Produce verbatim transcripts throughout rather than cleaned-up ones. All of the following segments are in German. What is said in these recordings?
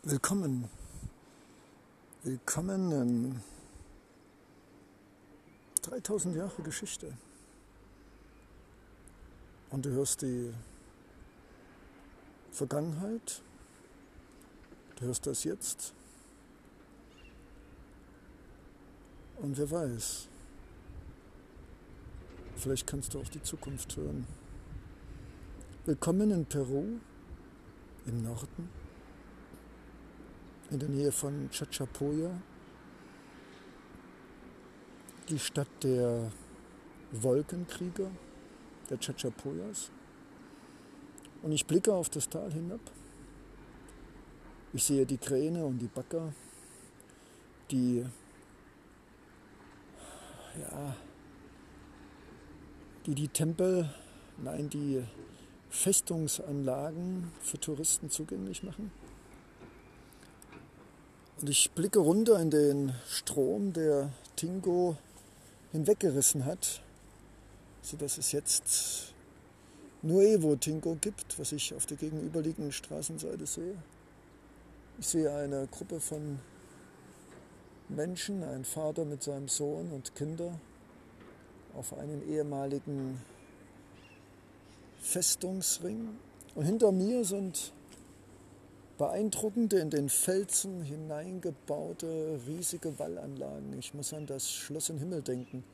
Willkommen, willkommen in dreitausend Jahre Geschichte. Und du hörst die Vergangenheit, du hörst das Jetzt. Und wer weiß, vielleicht kannst du auf die Zukunft hören. Willkommen in Peru, im Norden, in der Nähe von Chachapoya, die Stadt der Wolkenkrieger, der Chachapoyas. Und ich blicke auf das Tal hinab. Ich sehe die Kräne und die Bagger, die, ja, die die Tempel, nein, die Festungsanlagen für Touristen zugänglich machen. Und ich blicke runter in den Strom, der Tingo hinweggerissen hat, sodass es jetzt Nuevo Tingo gibt, was ich auf der gegenüberliegenden Straßenseite sehe. Ich sehe eine Gruppe von Menschen, ein Vater mit seinem Sohn und Kinder auf einem ehemaligen Festungsring. Und hinter mir sind beeindruckende, in den Felsen hineingebaute, riesige Wallanlagen. Ich muss an das Schloss im Himmel denken.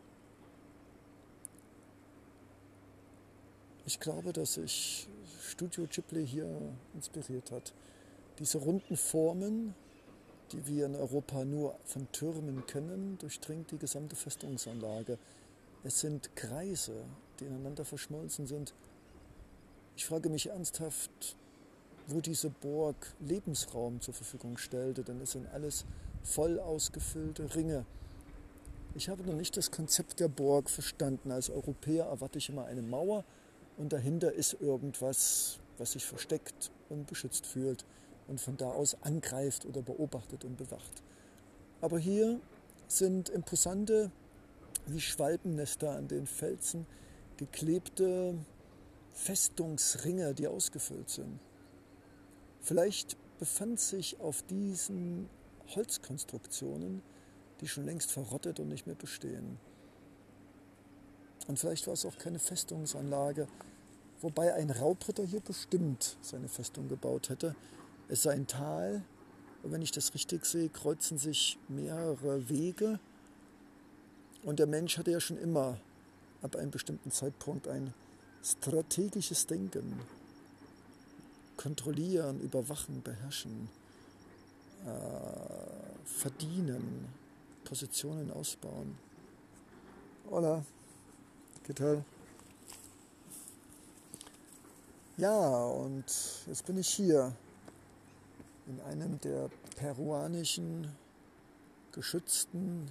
Ich glaube, dass sich Studio Ghibli hier inspiriert hat. Diese runden Formen, die wir in Europa nur von Türmen kennen, durchdringt die gesamte Festungsanlage. Es sind Kreise, die ineinander verschmolzen sind. Ich frage mich ernsthaft, wo diese Burg Lebensraum zur Verfügung stellte, denn es sind alles voll ausgefüllte Ringe. Ich habe noch nicht das Konzept der Burg verstanden. Als Europäer erwarte ich immer eine Mauer und dahinter ist irgendwas, was sich versteckt und beschützt fühlt und von da aus angreift oder beobachtet und bewacht. Aber hier sind imposante, wie Schwalbennester an den Felsen geklebte Festungsringe, die ausgefüllt sind. Vielleicht befand sich auf diesen Holzkonstruktionen, die schon längst verrottet und nicht mehr bestehen. Und vielleicht war es auch keine Festungsanlage, wobei ein Raubritter hier bestimmt seine Festung gebaut hätte. Es sei ein Tal, und wenn ich das richtig sehe, kreuzen sich mehrere Wege. Und der Mensch hatte ja schon immer ab einem bestimmten Zeitpunkt ein strategisches Denken. Kontrollieren, überwachen, beherrschen, äh, verdienen, Positionen ausbauen. Hola, ¿qué tal? Ja, und jetzt bin ich hier in einem der peruanischen geschützten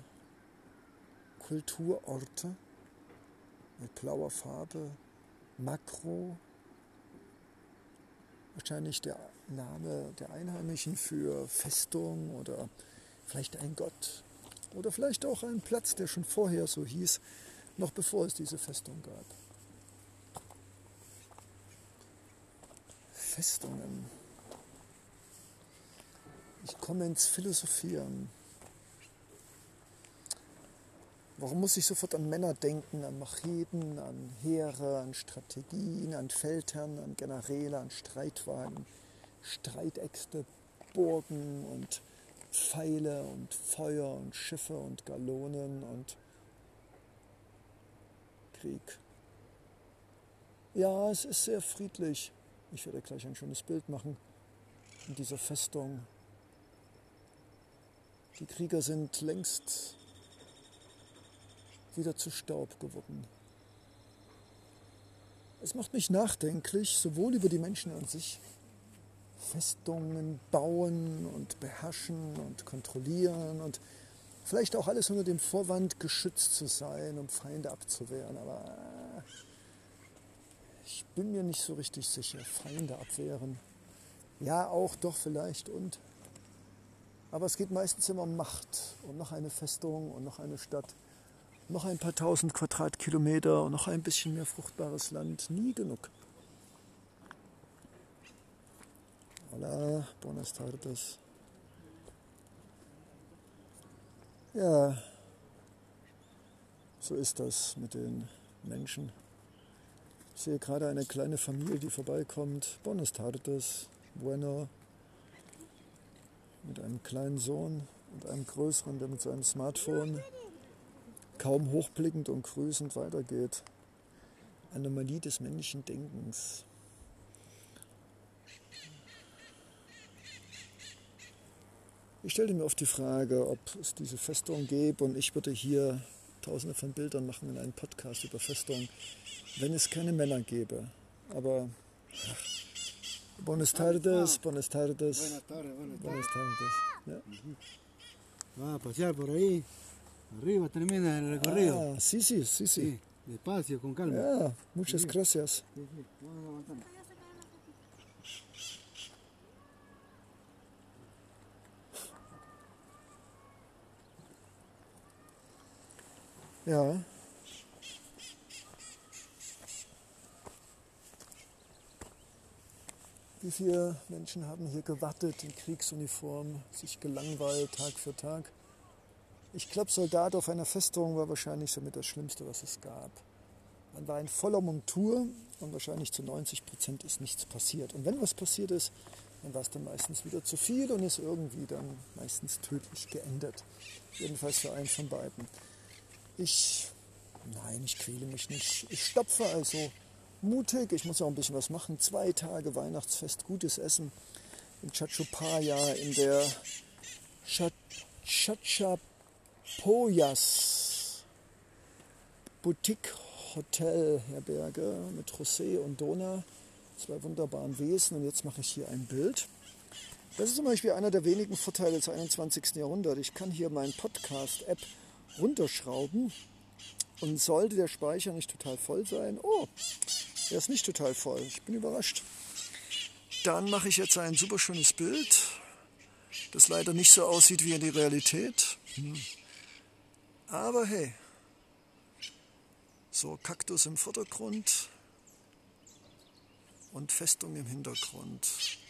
Kulturorte mit blauer Farbe, Makro. Wahrscheinlich der Name der Einheimischen für Festung oder vielleicht ein Gott oder vielleicht auch ein Platz, der schon vorher so hieß, noch bevor es diese Festung gab. Festungen. Ich komme ins Philosophieren. Warum muss ich sofort an Männer denken, an Macheten, an Heere, an Strategien, an Feldherren, an Generäle, an Streitwagen, Streitäxte, Burgen und Pfeile und Feuer und Schiffe und Galonen und Krieg? Ja, es ist sehr friedlich. Ich werde gleich ein schönes Bild machen in dieser Festung. Die Krieger sind längst wieder zu Staub geworden. Es macht mich nachdenklich, sowohl über die Menschen an sich, Festungen bauen und beherrschen und kontrollieren und vielleicht auch alles unter dem Vorwand, geschützt zu sein, um Feinde abzuwehren. Aber ich bin mir nicht so richtig sicher. Feinde abwehren. Ja, auch, doch, vielleicht und. Aber es geht meistens immer um Macht und noch eine Festung und noch eine Stadt. Noch ein paar tausend Quadratkilometer und noch ein bisschen mehr fruchtbares Land. Nie genug. Hola, buenas tardes. Ja, so ist das mit den Menschen. Ich sehe gerade eine kleine Familie, die vorbeikommt. Buenas tardes, bueno. Mit einem kleinen Sohn und einem größeren, der mit seinem Smartphone kaum hochblickend und grüßend weitergeht. Anomalie des männlichen Denkens. Ich stellte mir oft die Frage, ob es diese Festung gäbe, und ich würde hier tausende von Bildern machen in einem Podcast über Festung, wenn es keine Männer gäbe. Aber ach, buenas tardes, buenas tardes. Buenas tardes, buenas Buenas tardes. tardes. Ja. Va a pasear por ahí. Arriba termina el recorrido. Ah, sí, sí, sí, sí. Sí, despacio, con calma. Ja, muchas Sí. gracias. Sí, sí, vamos avanzando. Ja. Wie viele Menschen haben hier gewartet in Kriegsuniform, sich gelangweilt Tag für Tag? Ich glaube, Soldat auf einer Festung war wahrscheinlich somit das Schlimmste, was es gab. Man war in voller Montur und wahrscheinlich zu neunzig Prozent ist nichts passiert. Und wenn was passiert ist, dann war es dann meistens wieder zu viel und ist irgendwie dann meistens tödlich geendet. Jedenfalls für einen von beiden. Ich, nein, ich quäle mich nicht. Ich stapfe also mutig. Ich muss auch ein bisschen was machen. Zwei Tage Weihnachtsfest, gutes Essen in Chachapoyas, in der Chachapoyas Boutique Hotel Herberge mit José und Dona, zwei wunderbaren Wesen. Und jetzt mache ich hier ein Bild. Das ist zum Beispiel einer der wenigen Vorteile des einundzwanzigsten Jahrhunderts. Ich kann hier meinen Podcast-App runterschrauben und sollte der Speicher nicht total voll sein. Oh, er ist nicht total voll. Ich bin überrascht. Dann mache ich jetzt ein super schönes Bild, das leider nicht so aussieht wie in die Realität. Aber hey, so Kaktus im Vordergrund und Festung im Hintergrund.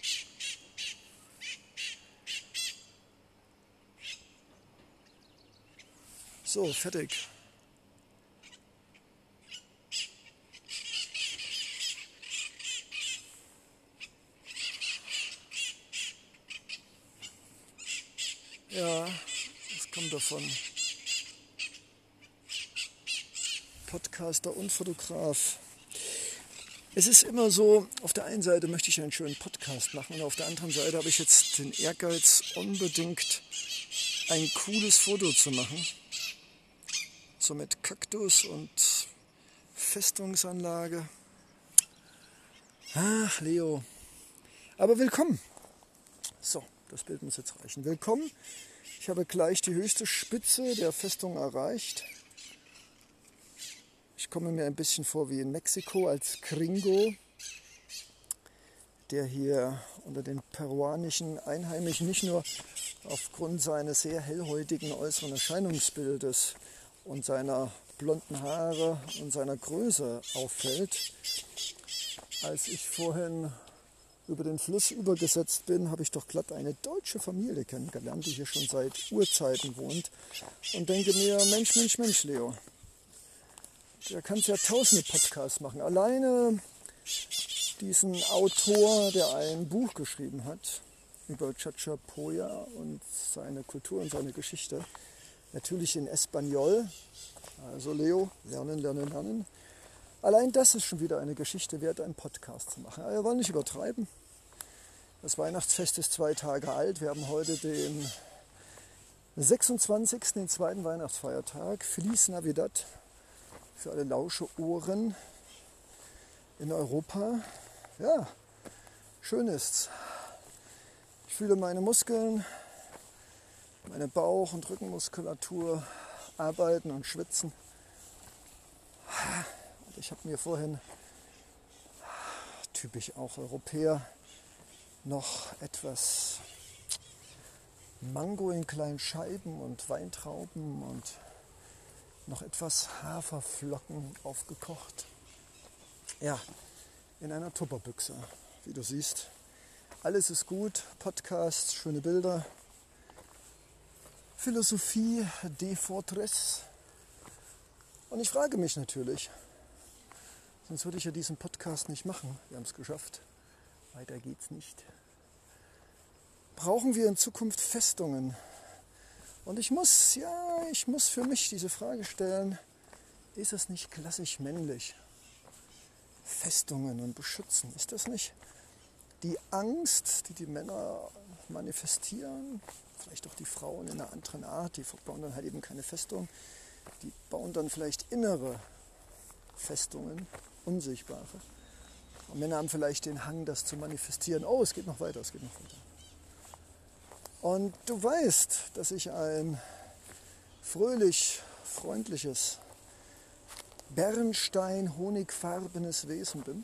So, fertig. Ja, das kommt davon. Podcaster und Fotograf. Es ist immer so, auf der einen Seite möchte ich einen schönen Podcast machen und auf der anderen Seite habe ich jetzt den Ehrgeiz, unbedingt ein cooles Foto zu machen. So mit Kaktus und Festungsanlage. Ach, Leo. Aber willkommen. So, das Bild muss jetzt reichen. Willkommen. Ich habe gleich die höchste Spitze der Festung erreicht. Ich komme mir ein bisschen vor wie in Mexiko als Gringo, der hier unter den peruanischen Einheimischen nicht nur aufgrund seines sehr hellhäutigen äußeren Erscheinungsbildes und seiner blonden Haare und seiner Größe auffällt. Als ich vorhin über den Fluss übergesetzt bin, habe ich doch glatt eine deutsche Familie kennengelernt, die hier schon seit Urzeiten wohnt, und denke mir, Mensch, Mensch, Mensch, Leo, der kann ja tausende Podcasts machen. Alleine diesen Autor, der ein Buch geschrieben hat über Chachapoyas und seine Kultur und seine Geschichte, natürlich in Espanol. Also Leo, lernen, lernen, lernen. Allein das ist schon wieder eine Geschichte wert, einen Podcast zu machen. Aber wir wollen nicht übertreiben. Das Weihnachtsfest ist zwei Tage alt. Wir haben heute den sechsundzwanzigsten, den zweiten Weihnachtsfeiertag. Feliz Navidad für alle Lauscheohren in Europa. Ja, schön ist's. Ich fühle meine Muskeln, meine Bauch- und Rückenmuskulatur arbeiten und schwitzen. Und ich habe mir vorhin, typisch auch Europäer, noch etwas Mango in kleinen Scheiben und Weintrauben und noch etwas Haferflocken aufgekocht. Ja, in einer Tupperbüchse, wie du siehst. Alles ist gut, Podcasts, schöne Bilder, Philosophie, de Fortress. Und ich frage mich natürlich, sonst würde ich ja diesen Podcast nicht machen. Wir haben es geschafft. Weiter geht's nicht. Brauchen wir in Zukunft Festungen? Und ich muss, ja, ich muss für mich diese Frage stellen, ist es nicht klassisch männlich? Festungen und beschützen, ist das nicht die Angst, die die Männer manifestieren? Vielleicht auch die Frauen in einer anderen Art, die bauen dann halt eben keine Festung. Die bauen dann vielleicht innere Festungen, unsichtbare. Und Männer haben vielleicht den Hang, das zu manifestieren. Oh, es geht noch weiter, es geht noch weiter. Und du weißt, dass ich ein fröhlich, freundliches, Bernstein-honigfarbenes Wesen bin,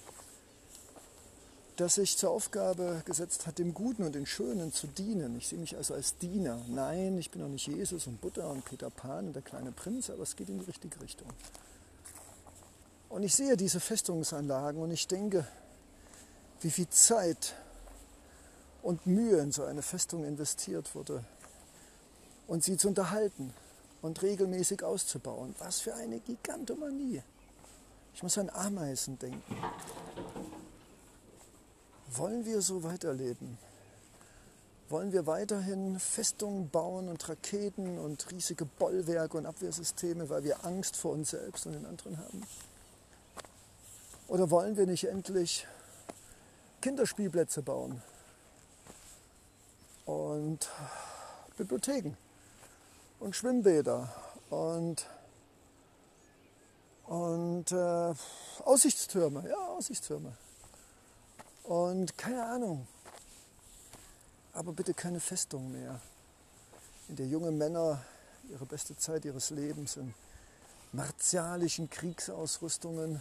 das sich zur Aufgabe gesetzt hat, dem Guten und den Schönen zu dienen. Ich sehe mich also als Diener. Nein, ich bin auch nicht Jesus und Buddha und Peter Pan und der kleine Prinz, aber es geht in die richtige Richtung. Und ich sehe diese Festungsanlagen und ich denke, wie viel Zeit und Mühe in so eine Festung investiert wurde und sie zu unterhalten und regelmäßig auszubauen. Was für eine Gigantomanie. Ich muss an Ameisen denken. Wollen wir so weiterleben? Wollen wir weiterhin Festungen bauen und Raketen und riesige Bollwerke und Abwehrsysteme, weil wir Angst vor uns selbst und den anderen haben? Oder wollen wir nicht endlich Kinderspielplätze bauen und Bibliotheken und Schwimmbäder und, und äh, Aussichtstürme, ja, Aussichtstürme und keine Ahnung, aber bitte keine Festung mehr, in der junge Männer ihre beste Zeit ihres Lebens in martialischen Kriegsausrüstungen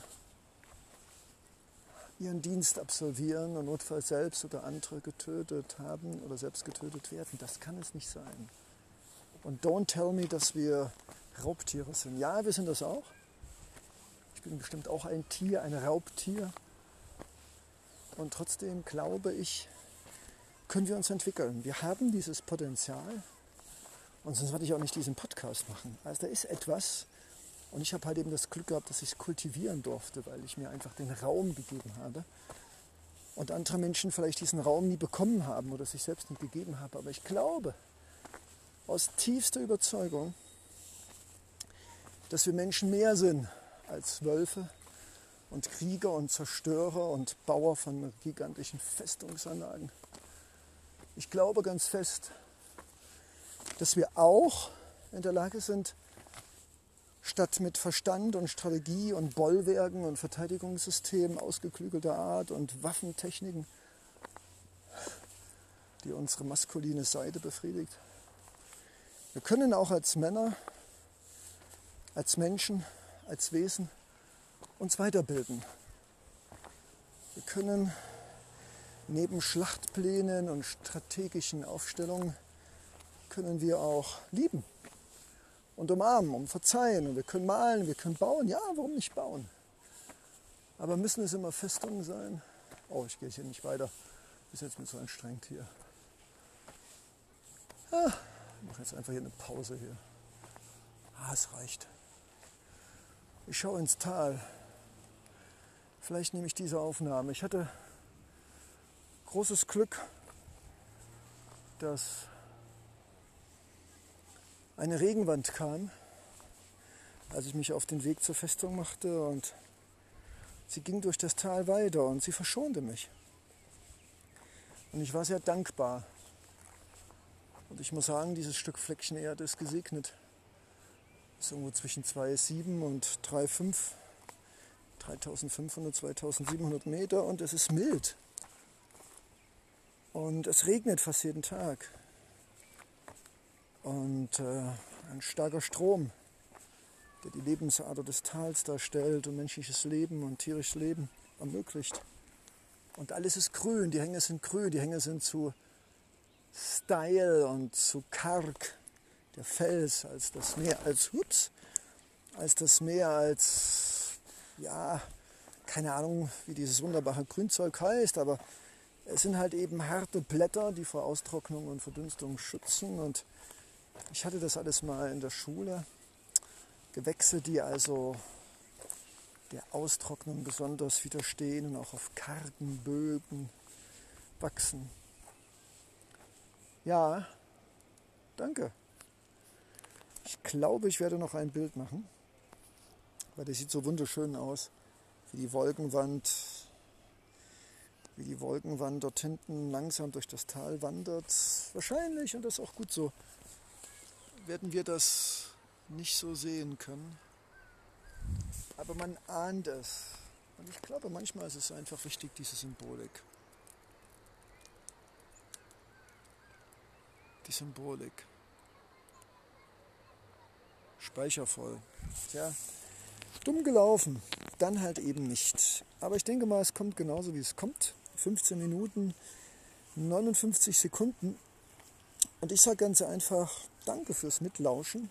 ihren Dienst absolvieren und notfalls selbst oder andere getötet haben oder selbst getötet werden. Das kann es nicht sein. Und don't tell me, dass wir Raubtiere sind. Ja, wir sind das auch. Ich bin bestimmt auch ein Tier, ein Raubtier. Und trotzdem glaube ich, können wir uns entwickeln. Wir haben dieses Potenzial. Und sonst würde ich auch nicht diesen Podcast machen. Also da ist etwas. Und ich habe halt eben das Glück gehabt, dass ich es kultivieren durfte, weil ich mir einfach den Raum gegeben habe. Und andere Menschen vielleicht diesen Raum nie bekommen haben oder sich selbst nie gegeben haben. Aber ich glaube aus tiefster Überzeugung, dass wir Menschen mehr sind als Wölfe und Krieger und Zerstörer und Bauer von gigantischen Festungsanlagen. Ich glaube ganz fest, dass wir auch in der Lage sind, statt mit Verstand und Strategie und Bollwerken und Verteidigungssystemen ausgeklügelter Art und Waffentechniken, die unsere maskuline Seite befriedigt. Wir können auch als Männer, als Menschen, als Wesen uns weiterbilden. Wir können neben Schlachtplänen und strategischen Aufstellungen können wir auch lieben und umarmen und verzeihen. Und wir können malen, wir können bauen. Ja, warum nicht bauen? Aber müssen es immer Festungen sein? Oh, ich gehe hier nicht weiter. Ist jetzt mir so anstrengend hier. Ah, ich mache jetzt einfach hier eine Pause hier. Ah, es reicht. Ich schaue ins Tal. Vielleicht nehme ich diese Aufnahme. Ich hatte großes Glück, dass eine Regenwand kam, als ich mich auf den Weg zur Festung machte, und sie ging durch das Tal weiter und sie verschonte mich. Und ich war sehr dankbar. Und ich muss sagen, dieses Stück Fleckchen Erde ist gesegnet. Das ist irgendwo zwischen zwei Komma sieben und drei Komma fünf, dreitausendfünfhundert, zweitausendsiebenhundert Meter, und es ist mild. Und es regnet fast jeden Tag. Und äh, ein starker Strom, der die Lebensader des Tals darstellt und menschliches Leben und tierisches Leben ermöglicht. Und alles ist grün, die Hänge sind grün, die Hänge sind zu steil und zu karg. Der Fels als das Meer, als, ups, als das Meer, als, ja, keine Ahnung, wie dieses wunderbare Grünzeug heißt, aber Es sind halt eben harte Blätter, die vor Austrocknung und Verdunstung schützen. Und ich hatte das alles mal in der Schule. Gewächse, die also der Austrocknung besonders widerstehen und auch auf kargen Böden wachsen. Ja, danke. Ich glaube, ich werde noch ein Bild machen, weil das sieht so wunderschön aus, wie die Wolkenwand, wie die Wolkenwand dort hinten langsam durch das Tal wandert. Wahrscheinlich, und das ist auch gut so, werden wir das nicht so sehen können. Aber man ahnt es. Und ich glaube, manchmal ist es einfach wichtig, diese Symbolik. Die Symbolik. Speichervoll. Tja, dumm gelaufen. Dann halt eben nicht. Aber ich denke mal, es kommt genauso, wie es kommt. fünfzehn Minuten, neunundfünfzig Sekunden. Und ich sage ganz einfach, danke fürs Mitlauschen.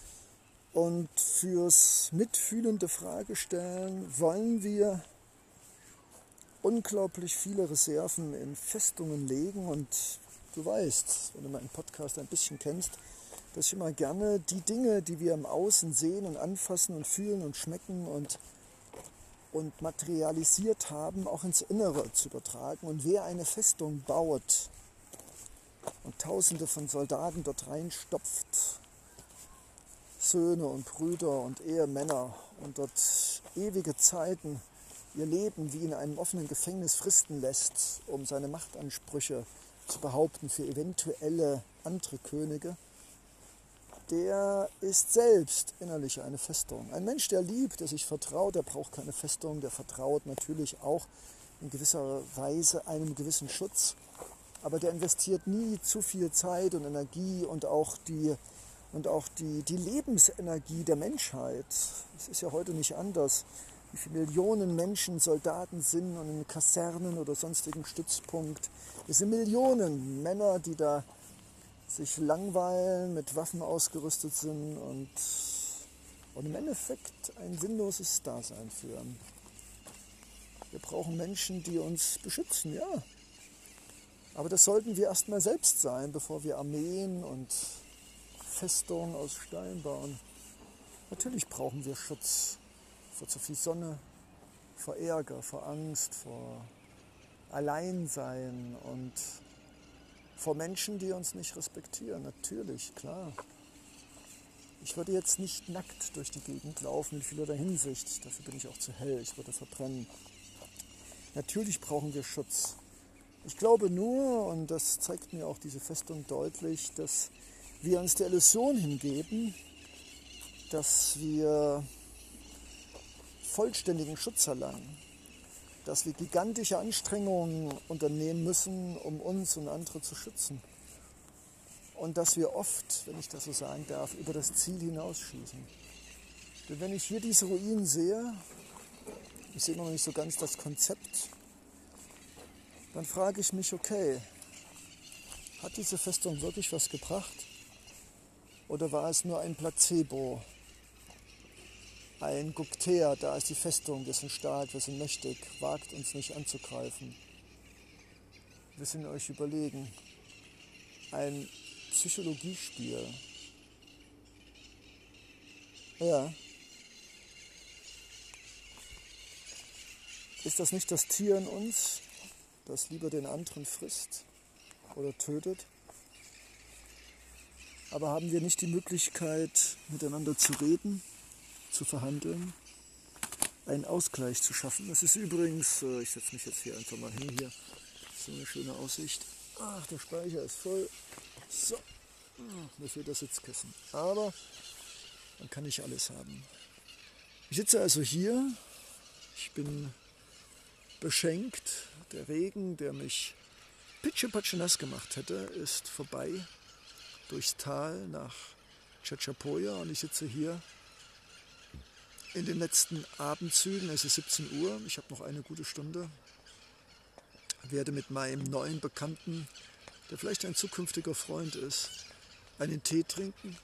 Und fürs mitfühlende Fragestellen. Wollen wir unglaublich viele Reserven in Festungen legen? Und du weißt, wenn du meinen Podcast ein bisschen kennst, dass ich immer gerne die Dinge, die wir im Außen sehen und anfassen und fühlen und schmecken und, und materialisiert haben, auch ins Innere zu übertragen. Und wer eine Festung baut und Tausende von Soldaten dort reinstopft, Söhne und Brüder und Ehemänner und dort ewige Zeiten ihr Leben wie in einem offenen Gefängnis fristen lässt, um seine Machtansprüche zu behaupten für eventuelle andere Könige, der ist selbst innerlich eine Festung. Ein Mensch, der liebt, der sich vertraut, der braucht keine Festung, der vertraut natürlich auch in gewisser Weise einem gewissen Schutz, aber der investiert nie zu viel Zeit und Energie und auch die Und auch die, die Lebensenergie der Menschheit. Es ist ja heute nicht anders, wie viele Millionen Menschen Soldaten sind und in Kasernen oder sonstigen Stützpunkt. Es sind Millionen Männer, die da sich langweilen, mit Waffen ausgerüstet sind und, und im Endeffekt ein sinnloses Dasein führen. Wir brauchen Menschen, die uns beschützen, ja. Aber das sollten wir erstmal selbst sein, bevor wir Armeen und Festungen aus Stein bauen. Natürlich brauchen wir Schutz vor zu viel Sonne, vor Ärger, vor Angst, vor Alleinsein und vor Menschen, die uns nicht respektieren. Natürlich, klar. Ich würde jetzt nicht nackt durch die Gegend laufen in vielerlei Hinsicht. Dafür bin ich auch zu hell. Ich würde verbrennen. Natürlich brauchen wir Schutz. Ich glaube nur, und das zeigt mir auch diese Festung deutlich, dass wir uns der Illusion hingeben, dass wir vollständigen Schutz erlangen, dass wir gigantische Anstrengungen unternehmen müssen, um uns und andere zu schützen. Und dass wir oft, wenn ich das so sagen darf, über das Ziel hinausschießen. Denn wenn ich hier diese Ruinen sehe, ich sehe noch nicht so ganz das Konzept, dann frage ich mich, okay, hat diese Festung wirklich was gebracht? Oder war es nur ein Placebo, ein Gukter, da ist die Festung, wir sind stark, wir sind mächtig, wagt uns nicht anzugreifen. Wir sind euch überlegen. Ein Psychologiespiel. Ja. Ist das nicht das Tier in uns, das lieber den anderen frisst oder tötet? Aber haben wir nicht die Möglichkeit, miteinander zu reden, zu verhandeln, einen Ausgleich zu schaffen? Das ist übrigens, ich setze mich jetzt hier einfach mal hin, hier, so eine schöne Aussicht. Ach, der Speicher ist voll. So, mir fehlt das Sitzkissen. Aber man kann nicht alles haben. Ich sitze also hier, ich bin beschenkt. Der Regen, der mich pitschepatsche nass gemacht hätte, ist vorbei. Durchs Tal nach Chachapoya und ich sitze hier in den letzten Abendzügen. Es ist siebzehn Uhr, ich habe noch eine gute Stunde. Werde mit meinem neuen Bekannten, der vielleicht ein zukünftiger Freund ist, einen Tee trinken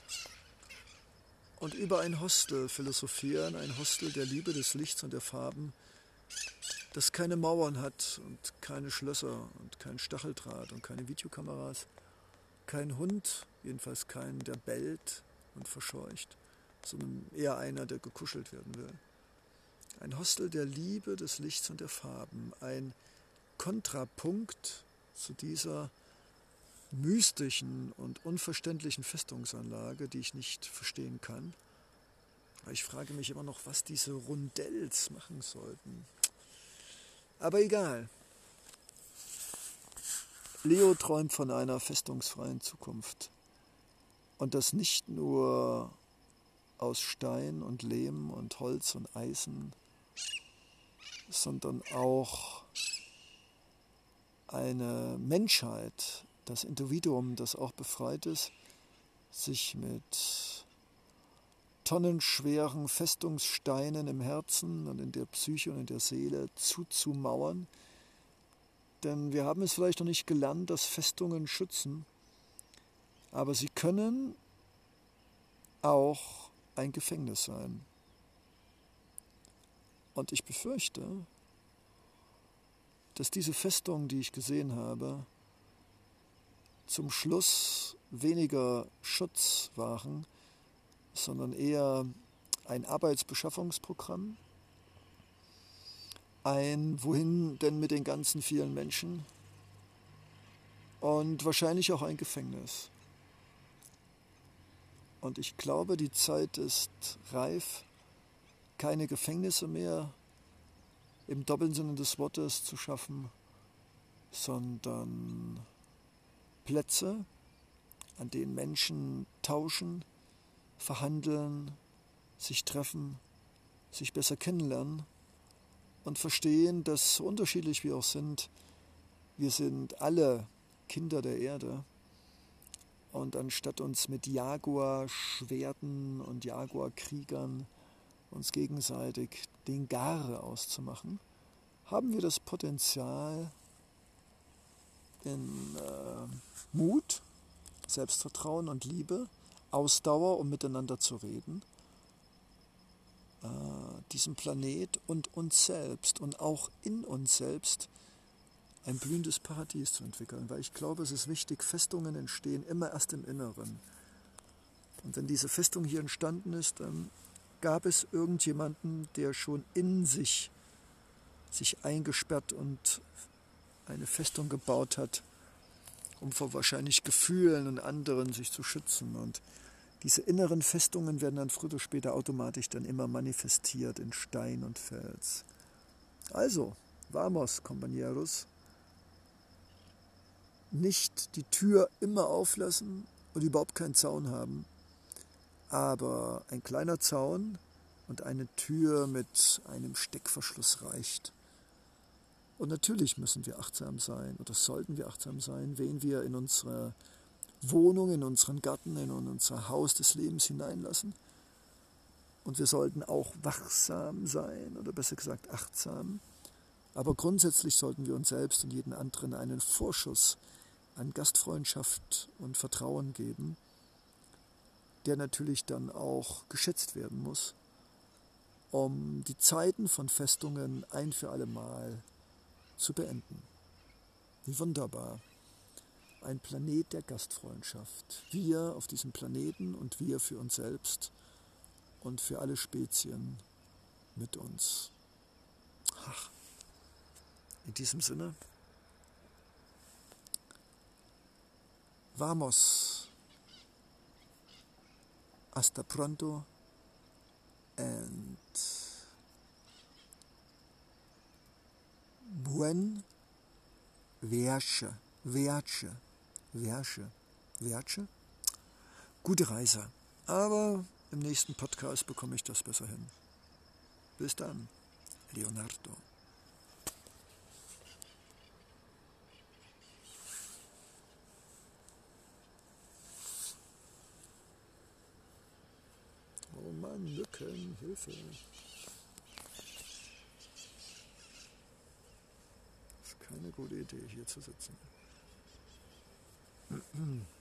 und über ein Hostel philosophieren, ein Hostel der Liebe, des Lichts und der Farben, das keine Mauern hat und keine Schlösser und kein Stacheldraht und keine Videokameras, kein Hund, jedenfalls keinen, der bellt und verscheucht, sondern eher einer, der gekuschelt werden will. Ein Hostel der Liebe, des Lichts und der Farben, ein Kontrapunkt zu dieser mystischen und unverständlichen Festungsanlage, die ich nicht verstehen kann. Ich frage mich immer noch, was diese Rondells machen sollten. Aber egal. Leo träumt von einer festungsfreien Zukunft. Und das nicht nur aus Stein und Lehm und Holz und Eisen, sondern auch eine Menschheit, das Individuum, das auch befreit ist, sich mit tonnenschweren Festungssteinen im Herzen und in der Psyche und in der Seele zuzumauern. Denn wir haben es vielleicht noch nicht gelernt, dass Festungen schützen, aber sie können auch ein Gefängnis sein. Und ich befürchte, dass diese Festungen, die ich gesehen habe, zum Schluss weniger Schutz waren, sondern eher ein Arbeitsbeschaffungsprogramm, ein Wohin denn mit den ganzen vielen Menschen und wahrscheinlich auch ein Gefängnis. Und ich glaube, die Zeit ist reif, keine Gefängnisse mehr im doppelten Sinne des Wortes zu schaffen, sondern Plätze, an denen Menschen tauschen, verhandeln, sich treffen, sich besser kennenlernen und verstehen, dass so unterschiedlich wir auch sind, wir sind alle Kinder der Erde. Und anstatt uns mit Jaguar-Schwerten und Jaguar-Kriegern uns gegenseitig den Gare auszumachen, haben wir das Potenzial, in äh, Mut, Selbstvertrauen und Liebe, Ausdauer, um miteinander zu reden, äh, diesem Planet und uns selbst und auch in uns selbst ein blühendes Paradies zu entwickeln. Weil ich glaube, es ist wichtig, Festungen entstehen immer erst im Inneren. Und wenn diese Festung hier entstanden ist, dann gab es irgendjemanden, der schon in sich sich eingesperrt und eine Festung gebaut hat, um vor wahrscheinlich Gefühlen und anderen sich zu schützen. Und diese inneren Festungen werden dann früher oder später automatisch dann immer manifestiert in Stein und Fels. Also, vamos, compañeros, nicht die Tür immer auflassen und überhaupt keinen Zaun haben, aber ein kleiner Zaun und eine Tür mit einem Steckverschluss reicht. Und natürlich müssen wir achtsam sein, oder sollten wir achtsam sein, wen wir in unsere Wohnung, in unseren Garten, in unser Haus des Lebens hineinlassen. Und wir sollten auch wachsam sein, oder besser gesagt achtsam. Aber grundsätzlich sollten wir uns selbst und jeden anderen einen Vorschuss an Gastfreundschaft und Vertrauen geben, der natürlich dann auch geschätzt werden muss, um die Zeiten von Festungen ein für alle Mal zu beenden. Wie wunderbar. Ein Planet der Gastfreundschaft. Wir auf diesem Planeten und wir für uns selbst und für alle Spezien mit uns. Ach, in diesem Sinne, vamos, hasta pronto and buen viaje, viaje, viaje, viaje, gute Reise. Aber im nächsten Podcast bekomme ich das besser hin. Bis dann, Leonardo. Oh Mann, Mücken, Hilfe. Das ist keine gute Idee, hier zu sitzen.